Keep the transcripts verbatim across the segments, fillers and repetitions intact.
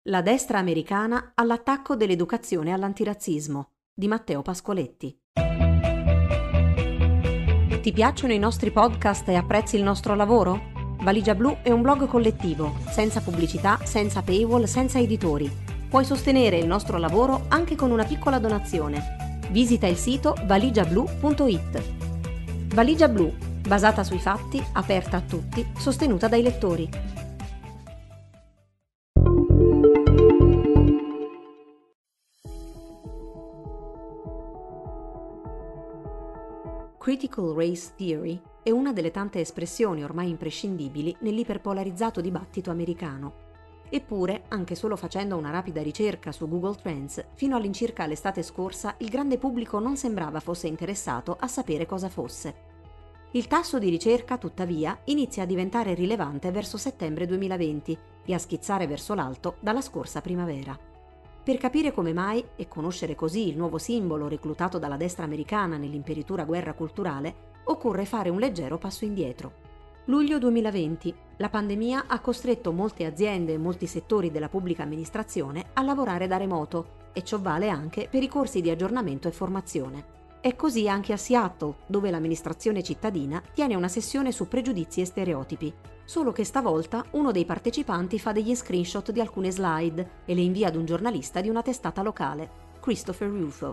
La destra americana all'attacco dell'educazione all'antirazzismo di Matteo Pascoletti. Ti piacciono i nostri podcast e apprezzi il nostro lavoro? Valigia Blu è un blog collettivo, senza pubblicità, senza paywall, senza editori. Puoi sostenere il nostro lavoro anche con una piccola donazione. Visita il sito valigia blu punto it. Valigia Blu, basata sui fatti, aperta a tutti, sostenuta dai lettori. Critical Race Theory è una delle tante espressioni ormai imprescindibili nell'iperpolarizzato dibattito americano. Eppure, anche solo facendo una rapida ricerca su Google Trends, fino all'incirca l'estate scorsa il grande pubblico non sembrava fosse interessato a sapere cosa fosse. Il tasso di ricerca, tuttavia, inizia a diventare rilevante verso settembre duemilaventi e a schizzare verso l'alto dalla scorsa primavera. Per capire come mai e conoscere così il nuovo simbolo reclutato dalla destra americana nell'imperitura guerra culturale, occorre fare un leggero passo indietro. Luglio duemilaventi. La pandemia ha costretto molte aziende e molti settori della pubblica amministrazione a lavorare da remoto e ciò vale anche per i corsi di aggiornamento e formazione. È così anche a Seattle, dove l'amministrazione cittadina tiene una sessione su pregiudizi e stereotipi. Solo che stavolta uno dei partecipanti fa degli screenshot di alcune slide e le invia ad un giornalista di una testata locale, Christopher Rufo.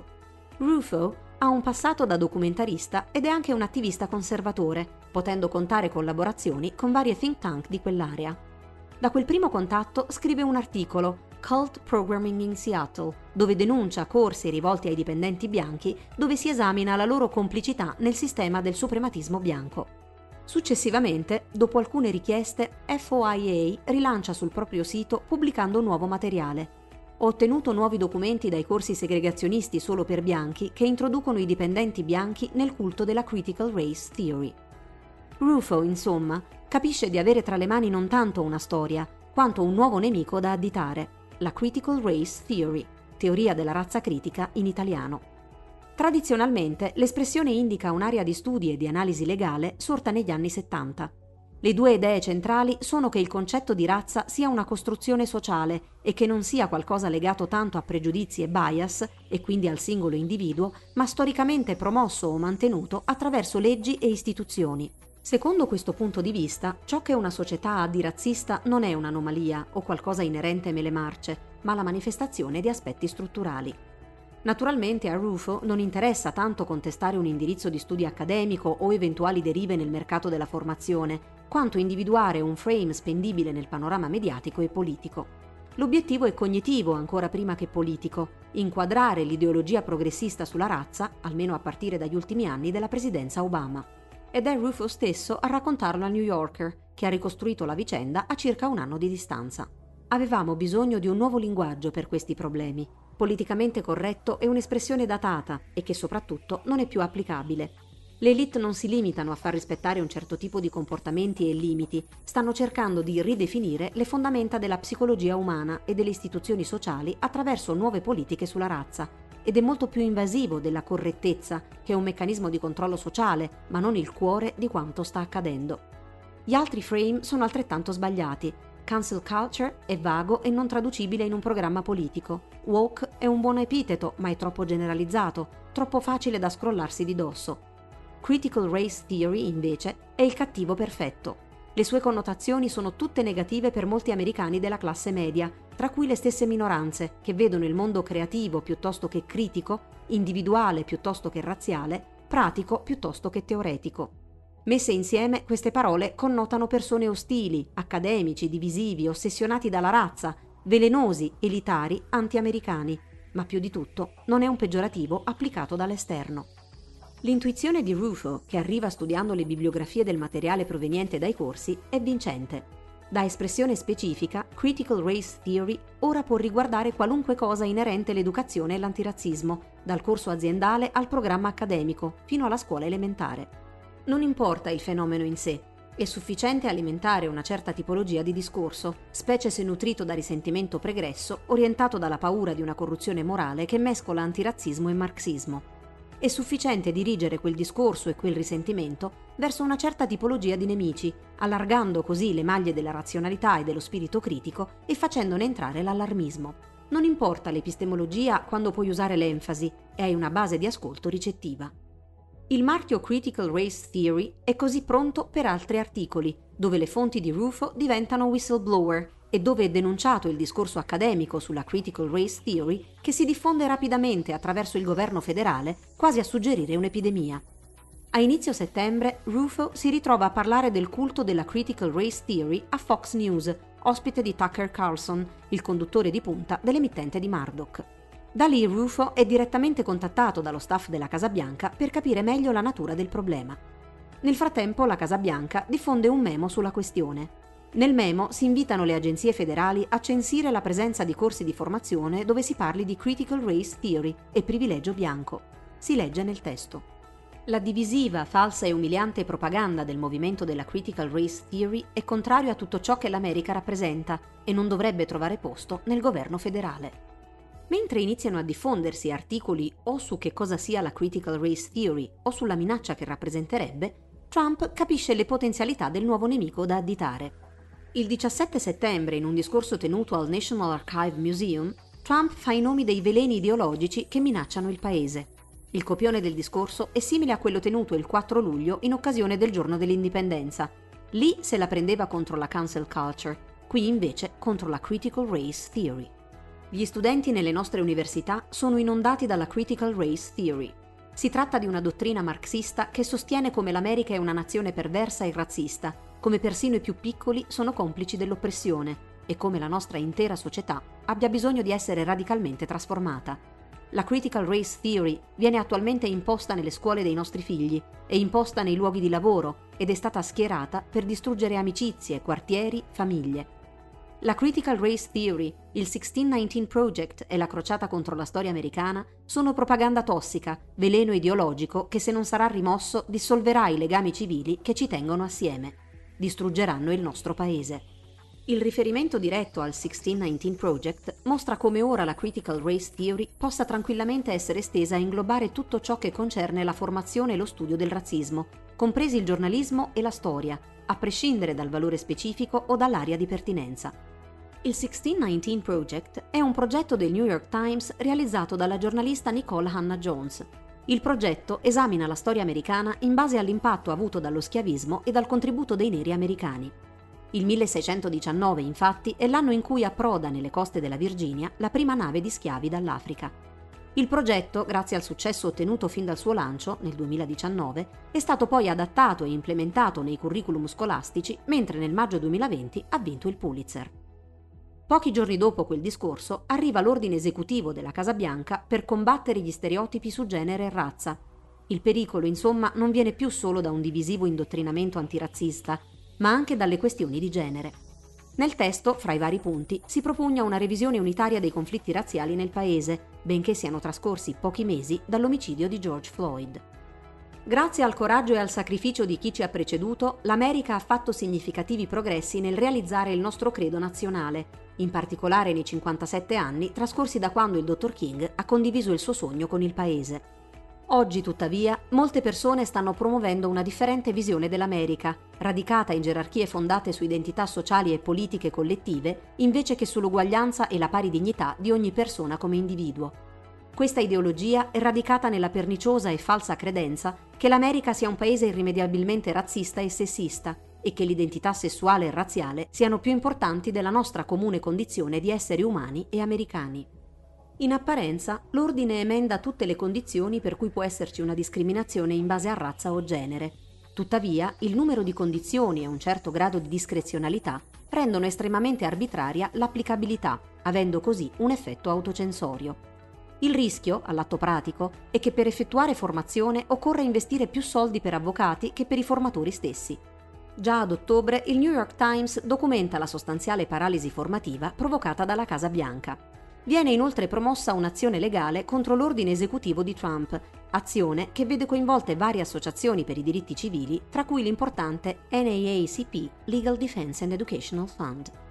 Rufo ha un passato da documentarista ed è anche un attivista conservatore, potendo contare collaborazioni con varie think tank di quell'area. Da quel primo contatto scrive un articolo, Cult Programming in Seattle, dove denuncia corsi rivolti ai dipendenti bianchi dove si esamina la loro complicità nel sistema del suprematismo bianco. Successivamente, dopo alcune richieste, F O I A rilancia sul proprio sito pubblicando nuovo materiale. Ho ottenuto nuovi documenti dai corsi segregazionisti solo per bianchi che introducono i dipendenti bianchi nel culto della Critical Race Theory. Rufo, insomma, capisce di avere tra le mani non tanto una storia, quanto un nuovo nemico da additare, la Critical Race Theory, teoria della razza critica in italiano. Tradizionalmente, l'espressione indica un'area di studi e di analisi legale sorta negli anni settanta. Le due idee centrali sono che il concetto di razza sia una costruzione sociale e che non sia qualcosa legato tanto a pregiudizi e bias, e quindi al singolo individuo, ma storicamente promosso o mantenuto attraverso leggi e istituzioni. Secondo questo punto di vista, ciò che una società ha di razzista non è un'anomalia o qualcosa inerente mele marce, ma la manifestazione di aspetti strutturali. Naturalmente a Rufo non interessa tanto contestare un indirizzo di studio accademico o eventuali derive nel mercato della formazione, quanto individuare un frame spendibile nel panorama mediatico e politico. L'obiettivo è cognitivo ancora prima che politico, inquadrare l'ideologia progressista sulla razza, almeno a partire dagli ultimi anni della presidenza Obama. Ed è Rufo stesso a raccontarlo al New Yorker, che ha ricostruito la vicenda a circa un anno di distanza. Avevamo bisogno di un nuovo linguaggio per questi problemi. Politicamente corretto è un'espressione datata e che soprattutto non è più applicabile. Le élite non si limitano a far rispettare un certo tipo di comportamenti e limiti, stanno cercando di ridefinire le fondamenta della psicologia umana e delle istituzioni sociali attraverso nuove politiche sulla razza, ed è molto più invasivo della correttezza, che è un meccanismo di controllo sociale, ma non il cuore di quanto sta accadendo. Gli altri frame sono altrettanto sbagliati. Cancel culture è vago e non traducibile in un programma politico. Woke è un buon epiteto, ma è troppo generalizzato, troppo facile da scrollarsi di dosso. Critical Race Theory, invece, è il cattivo perfetto. Le sue connotazioni sono tutte negative per molti americani della classe media, tra cui le stesse minoranze, che vedono il mondo creativo piuttosto che critico, individuale piuttosto che razziale, pratico piuttosto che teoretico. Messe insieme, queste parole connotano persone ostili, accademici, divisivi, ossessionati dalla razza, velenosi, elitari, anti-americani, ma più di tutto non è un peggiorativo applicato dall'esterno. L'intuizione di Rufo, che arriva studiando le bibliografie del materiale proveniente dai corsi, è vincente. Da espressione specifica, Critical Race Theory ora può riguardare qualunque cosa inerente all'educazione e l'antirazzismo, dal corso aziendale al programma accademico, fino alla scuola elementare. Non importa il fenomeno in sé, è sufficiente alimentare una certa tipologia di discorso, specie se nutrito da risentimento pregresso, orientato dalla paura di una corruzione morale che mescola antirazzismo e marxismo. è sufficiente dirigere quel discorso e quel risentimento verso una certa tipologia di nemici, allargando così le maglie della razionalità e dello spirito critico e facendone entrare l'allarmismo. Non importa l'epistemologia quando puoi usare l'enfasi e hai una base di ascolto ricettiva. Il marchio Critical Race Theory è così pronto per altri articoli, dove le fonti di Rufo diventano whistleblower e dove è denunciato il discorso accademico sulla Critical Race Theory che si diffonde rapidamente attraverso il governo federale, quasi a suggerire un'epidemia. A inizio settembre, Rufo si ritrova a parlare del culto della Critical Race Theory a Fox News, ospite di Tucker Carlson, il conduttore di punta dell'emittente di Murdoch. Da lì Rufo è direttamente contattato dallo staff della Casa Bianca per capire meglio la natura del problema. Nel frattempo la Casa Bianca diffonde un memo sulla questione. Nel memo si invitano le agenzie federali a censire la presenza di corsi di formazione dove si parli di Critical Race Theory e privilegio bianco. Si legge nel testo. La divisiva, falsa e umiliante propaganda del movimento della Critical Race Theory è contrario a tutto ciò che l'America rappresenta e non dovrebbe trovare posto nel governo federale. Mentre iniziano a diffondersi articoli o su che cosa sia la Critical Race Theory o sulla minaccia che rappresenterebbe, Trump capisce le potenzialità del nuovo nemico da additare. Il diciassette settembre, in un discorso tenuto al National Archive Museum, Trump fa i nomi dei veleni ideologici che minacciano il paese. Il copione del discorso è simile a quello tenuto il quattro luglio in occasione del giorno dell'indipendenza. Lì se la prendeva contro la cancel culture, qui invece contro la Critical Race Theory. Gli studenti nelle nostre università sono inondati dalla Critical Race Theory. Si tratta di una dottrina marxista che sostiene come l'America è una nazione perversa e razzista, come persino i più piccoli sono complici dell'oppressione e come la nostra intera società abbia bisogno di essere radicalmente trasformata. La Critical Race Theory viene attualmente imposta nelle scuole dei nostri figli, è imposta nei luoghi di lavoro ed è stata schierata per distruggere amicizie, quartieri, famiglie. La Critical Race Theory, il sedici diciannove Project e la crociata contro la storia americana sono propaganda tossica, veleno ideologico che se non sarà rimosso dissolverà i legami civili che ci tengono assieme. Distruggeranno il nostro paese. Il riferimento diretto al sedici diciannove Project mostra come ora la Critical Race Theory possa tranquillamente essere estesa a inglobare tutto ciò che concerne la formazione e lo studio del razzismo, compresi il giornalismo e la storia, a prescindere dal valore specifico o dall'area di pertinenza. Il sedici diciannove Project è un progetto del New York Times realizzato dalla giornalista Nicole Hannah-Jones. Il progetto esamina la storia americana in base all'impatto avuto dallo schiavismo e dal contributo dei neri americani. Il milleseicentodiciannove, infatti, è l'anno in cui approda nelle coste della Virginia la prima nave di schiavi dall'Africa. Il progetto, grazie al successo ottenuto fin dal suo lancio, nel duemiladiciannove, è stato poi adattato e implementato nei curriculum scolastici, mentre nel maggio duemilaventi ha vinto il Pulitzer. Pochi giorni dopo quel discorso arriva l'ordine esecutivo della Casa Bianca per combattere gli stereotipi su genere e razza. Il pericolo, insomma, non viene più solo da un divisivo indottrinamento antirazzista, ma anche dalle questioni di genere. Nel testo, fra i vari punti, si propugna una revisione unitaria dei conflitti razziali nel paese, benché siano trascorsi pochi mesi dall'omicidio di George Floyd. Grazie al coraggio e al sacrificio di chi ci ha preceduto, l'America ha fatto significativi progressi nel realizzare il nostro credo nazionale, in particolare nei cinquantasette anni trascorsi da quando il dottor King ha condiviso il suo sogno con il paese. Oggi, tuttavia, molte persone stanno promuovendo una differente visione dell'America, radicata in gerarchie fondate su identità sociali e politiche collettive, invece che sull'uguaglianza e la pari dignità di ogni persona come individuo. Questa ideologia è radicata nella perniciosa e falsa credenza che l'America sia un paese irrimediabilmente razzista e sessista e che l'identità sessuale e razziale siano più importanti della nostra comune condizione di esseri umani e americani. In apparenza, l'ordine emenda tutte le condizioni per cui può esserci una discriminazione in base a razza o genere. Tuttavia, il numero di condizioni e un certo grado di discrezionalità rendono estremamente arbitraria l'applicabilità, avendo così un effetto autocensorio. Il rischio, all'atto pratico, è che per effettuare formazione occorra investire più soldi per avvocati che per i formatori stessi. Già ad ottobre il New York Times documenta la sostanziale paralisi formativa provocata dalla Casa Bianca. Viene inoltre promossa un'azione legale contro l'ordine esecutivo di Trump, azione che vede coinvolte varie associazioni per i diritti civili, tra cui l'importante N double A C P Legal Defense and Educational Fund.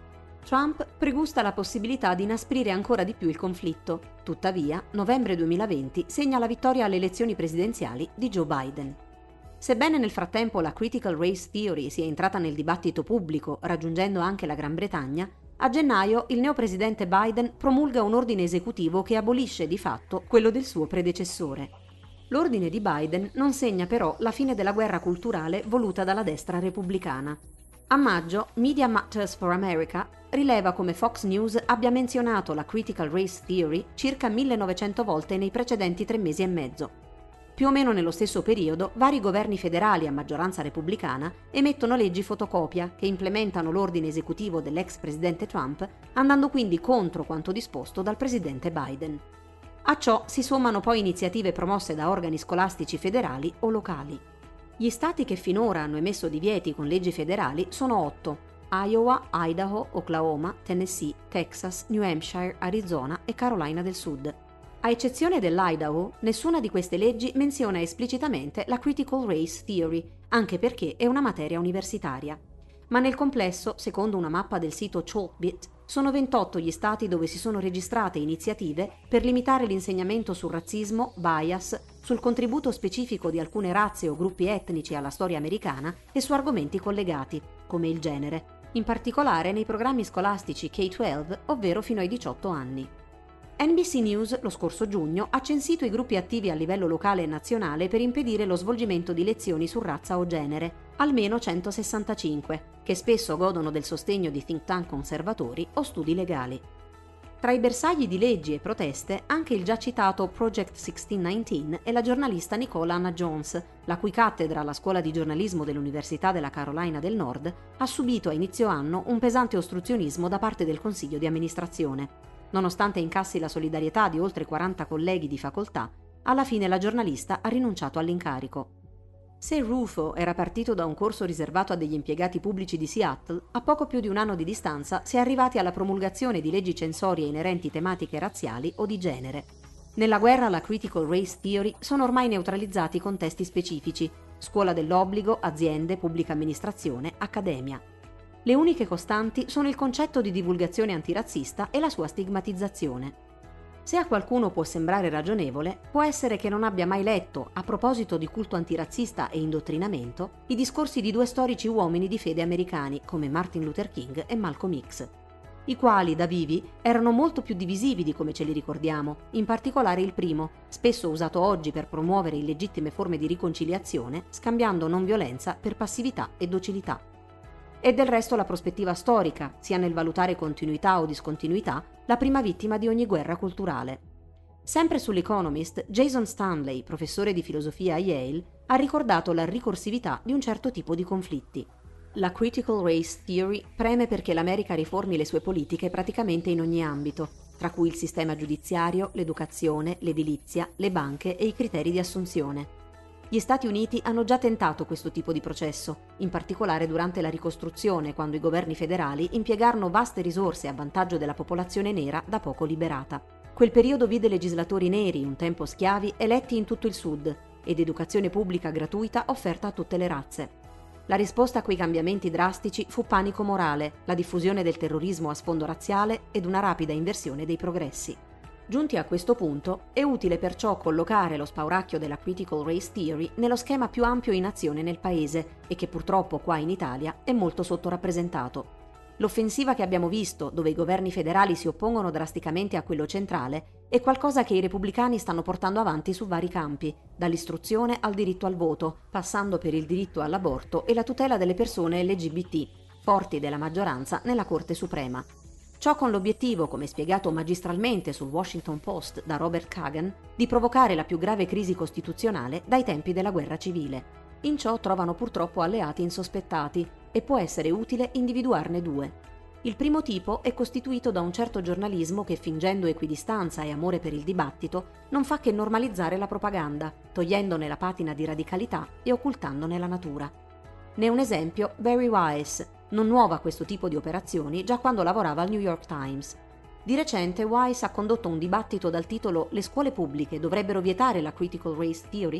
Trump pregusta la possibilità di inasprire ancora di più il conflitto. Tuttavia, novembre duemilaventi segna la vittoria alle elezioni presidenziali di Joe Biden. Sebbene nel frattempo la critical race theory sia entrata nel dibattito pubblico, raggiungendo anche la Gran Bretagna, a gennaio il neopresidente Biden promulga un ordine esecutivo che abolisce di fatto quello del suo predecessore. L'ordine di Biden non segna però la fine della guerra culturale voluta dalla destra repubblicana. A maggio, Media Matters for America rileva come Fox News abbia menzionato la critical race theory circa millenovecento volte nei precedenti tre mesi e mezzo. Più o meno nello stesso periodo, vari governi federali a maggioranza repubblicana emettono leggi fotocopia che implementano l'ordine esecutivo dell'ex presidente Trump, andando quindi contro quanto disposto dal presidente Biden. A ciò si sommano poi iniziative promosse da organi scolastici federali o locali. Gli stati che finora hanno emesso divieti con leggi federali sono otto: Iowa, Idaho, Oklahoma, Tennessee, Texas, New Hampshire, Arizona e Carolina del Sud. A eccezione dell'Idaho, nessuna di queste leggi menziona esplicitamente la critical race theory, anche perché è una materia universitaria. Ma nel complesso, secondo una mappa del sito Chalkbit, sono ventotto gli stati dove si sono registrate iniziative per limitare l'insegnamento sul razzismo, bias, sul contributo specifico di alcune razze o gruppi etnici alla storia americana e su argomenti collegati, come il genere, in particolare nei programmi scolastici K dodici, ovvero fino ai diciotto anni. N B C News lo scorso giugno ha censito i gruppi attivi a livello locale e nazionale per impedire lo svolgimento di lezioni su razza o genere, almeno centosessantacinque, che spesso godono del sostegno di think tank conservatori o studi legali. Tra i bersagli di leggi e proteste anche il già citato Project diciassette e la giornalista Nicole Hannah Jones, la cui cattedra alla scuola di giornalismo dell'Università della Carolina del Nord ha subito a inizio anno un pesante ostruzionismo da parte del consiglio di amministrazione. Nonostante incassi la solidarietà di oltre quaranta colleghi di facoltà, alla fine la giornalista ha rinunciato all'incarico. Se Rufo era partito da un corso riservato a degli impiegati pubblici di Seattle, a poco più di un anno di distanza si è arrivati alla promulgazione di leggi censorie inerenti tematiche razziali o di genere. Nella guerra alla critical race theory sono ormai neutralizzati contesti specifici: scuola dell'obbligo, aziende, pubblica amministrazione, accademia. Le uniche costanti sono il concetto di divulgazione antirazzista e la sua stigmatizzazione. Se a qualcuno può sembrare ragionevole, può essere che non abbia mai letto, a proposito di culto antirazzista e indottrinamento, i discorsi di due storici uomini di fede americani come Martin Luther King e Malcolm X, i quali, da vivi, erano molto più divisivi di come ce li ricordiamo, in particolare il primo, spesso usato oggi per promuovere illegittime forme di riconciliazione, scambiando non violenza per passività e docilità. E del resto la prospettiva storica, sia nel valutare continuità o discontinuità, la prima vittima di ogni guerra culturale. Sempre sull'Economist, Jason Stanley, professore di filosofia a Yale, ha ricordato la ricorsività di un certo tipo di conflitti. La critical race theory preme perché l'America riformi le sue politiche praticamente in ogni ambito, tra cui il sistema giudiziario, l'educazione, l'edilizia, le banche e i criteri di assunzione. Gli Stati Uniti hanno già tentato questo tipo di processo, in particolare durante la ricostruzione, quando i governi federali impiegarono vaste risorse a vantaggio della popolazione nera da poco liberata. Quel periodo vide legislatori neri, un tempo schiavi, eletti in tutto il Sud ed educazione pubblica gratuita offerta a tutte le razze. La risposta a quei cambiamenti drastici fu panico morale, la diffusione del terrorismo a sfondo razziale ed una rapida inversione dei progressi. Giunti a questo punto, è utile perciò collocare lo spauracchio della critical race theory nello schema più ampio in azione nel paese e che purtroppo qua in Italia è molto sottorappresentato. L'offensiva che abbiamo visto, dove i governi federali si oppongono drasticamente a quello centrale, è qualcosa che i repubblicani stanno portando avanti su vari campi, dall'istruzione al diritto al voto, passando per il diritto all'aborto e la tutela delle persone L G B T, forti della maggioranza nella Corte Suprema. Ciò con l'obiettivo, come spiegato magistralmente sul Washington Post da Robert Kagan, di provocare la più grave crisi costituzionale dai tempi della guerra civile. In ciò trovano purtroppo alleati insospettati e può essere utile individuarne due. Il primo tipo è costituito da un certo giornalismo che, fingendo equidistanza e amore per il dibattito, non fa che normalizzare la propaganda, togliendone la patina di radicalità e occultandone la natura. Ne è un esempio Bari Weiss, non nuova a questo tipo di operazioni già quando lavorava al New York Times. Di recente Weiss ha condotto un dibattito dal titolo «Le scuole pubbliche dovrebbero vietare la critical race theory?».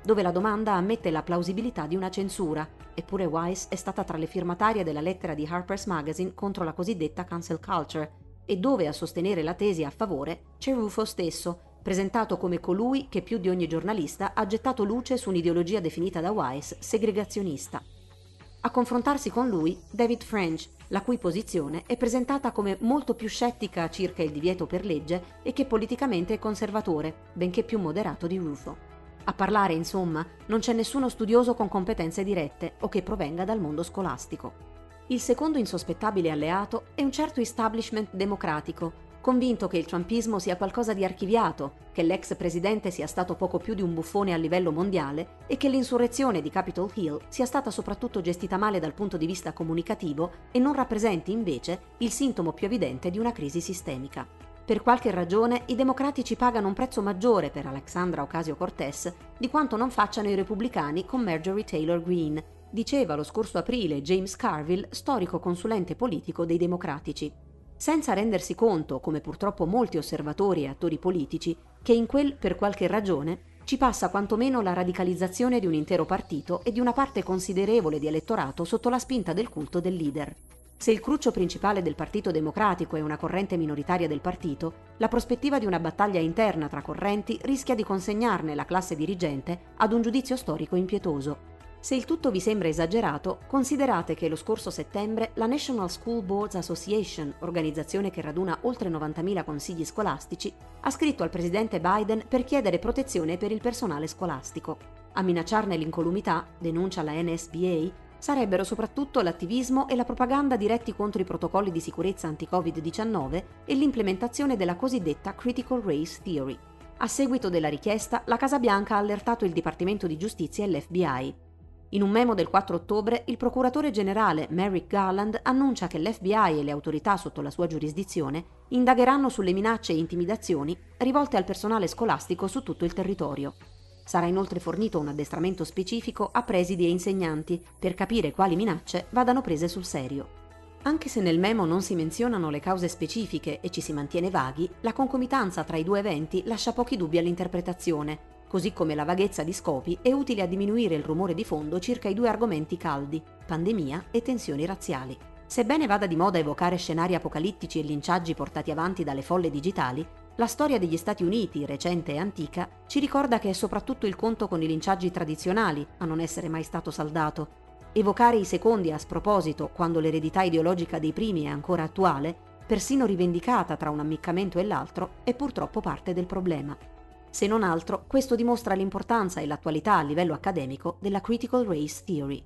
dove la domanda ammette la plausibilità di una censura, eppure Weiss è stata tra le firmatarie della lettera di Harper's Magazine contro la cosiddetta cancel culture, e dove a sostenere la tesi a favore c'è Rufo stesso, presentato come colui che più di ogni giornalista ha gettato luce su un'ideologia definita da Weiss segregazionista. A confrontarsi con lui, David French, la cui posizione è presentata come molto più scettica circa il divieto per legge e che politicamente è conservatore, benché più moderato di Rufo. A parlare, insomma, non c'è nessuno studioso con competenze dirette o che provenga dal mondo scolastico. Il secondo insospettabile alleato è un certo establishment democratico, convinto che il trumpismo sia qualcosa di archiviato, che l'ex presidente sia stato poco più di un buffone a livello mondiale e che l'insurrezione di Capitol Hill sia stata soprattutto gestita male dal punto di vista comunicativo e non rappresenti invece il sintomo più evidente di una crisi sistemica. Per qualche ragione i democratici pagano un prezzo maggiore per Alexandra Ocasio-Cortez di quanto non facciano i repubblicani con Marjorie Taylor Greene, diceva lo scorso aprile James Carville, storico consulente politico dei democratici, senza rendersi conto, come purtroppo molti osservatori e attori politici, che in quel, per qualche ragione, ci passa quantomeno la radicalizzazione di un intero partito e di una parte considerevole di elettorato sotto la spinta del culto del leader. Se il cruccio principale del Partito Democratico è una corrente minoritaria del partito, la prospettiva di una battaglia interna tra correnti rischia di consegnarne la classe dirigente ad un giudizio storico impietoso. Se il tutto vi sembra esagerato, considerate che lo scorso settembre la National School Boards Association, organizzazione che raduna oltre novantamila consigli scolastici, ha scritto al presidente Biden per chiedere protezione per il personale scolastico. A minacciarne l'incolumità, denuncia la N S B A, sarebbero soprattutto l'attivismo e la propaganda diretti contro i protocolli di sicurezza anti-covid diciannove e l'implementazione della cosiddetta Critical Race Theory. A seguito della richiesta, la Casa Bianca ha allertato il Dipartimento di Giustizia e l'F B I. In un memo del quattro ottobre, il procuratore generale Merrick Garland annuncia che l'F B I e le autorità sotto la sua giurisdizione indagheranno sulle minacce e intimidazioni rivolte al personale scolastico su tutto il territorio. Sarà inoltre fornito un addestramento specifico a presidi e insegnanti per capire quali minacce vadano prese sul serio. Anche se nel memo non si menzionano le cause specifiche e ci si mantiene vaghi, la concomitanza tra i due eventi lascia pochi dubbi all'interpretazione, così come la vaghezza di scopi è utile a diminuire il rumore di fondo circa i due argomenti caldi, pandemia e tensioni razziali. Sebbene vada di moda evocare scenari apocalittici e linciaggi portati avanti dalle folle digitali, la storia degli Stati Uniti, recente e antica, ci ricorda che è soprattutto il conto con i linciaggi tradizionali a non essere mai stato saldato. Evocare i secondi a sproposito, quando l'eredità ideologica dei primi è ancora attuale, persino rivendicata tra un ammiccamento e l'altro, è purtroppo parte del problema. Se non altro, questo dimostra l'importanza e l'attualità a livello accademico della Critical Race Theory.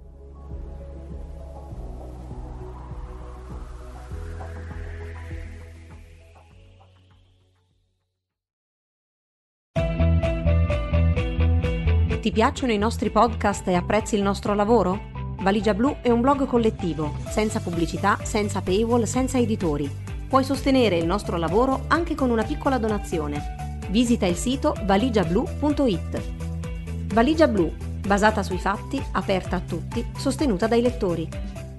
Ti piacciono i nostri podcast e apprezzi il nostro lavoro? Valigia Blu è un blog collettivo, senza pubblicità, senza paywall, senza editori. Puoi sostenere il nostro lavoro anche con una piccola donazione. Visita il sito valigia blu punto it. Valigia Blu, basata sui fatti, aperta a tutti, sostenuta dai lettori.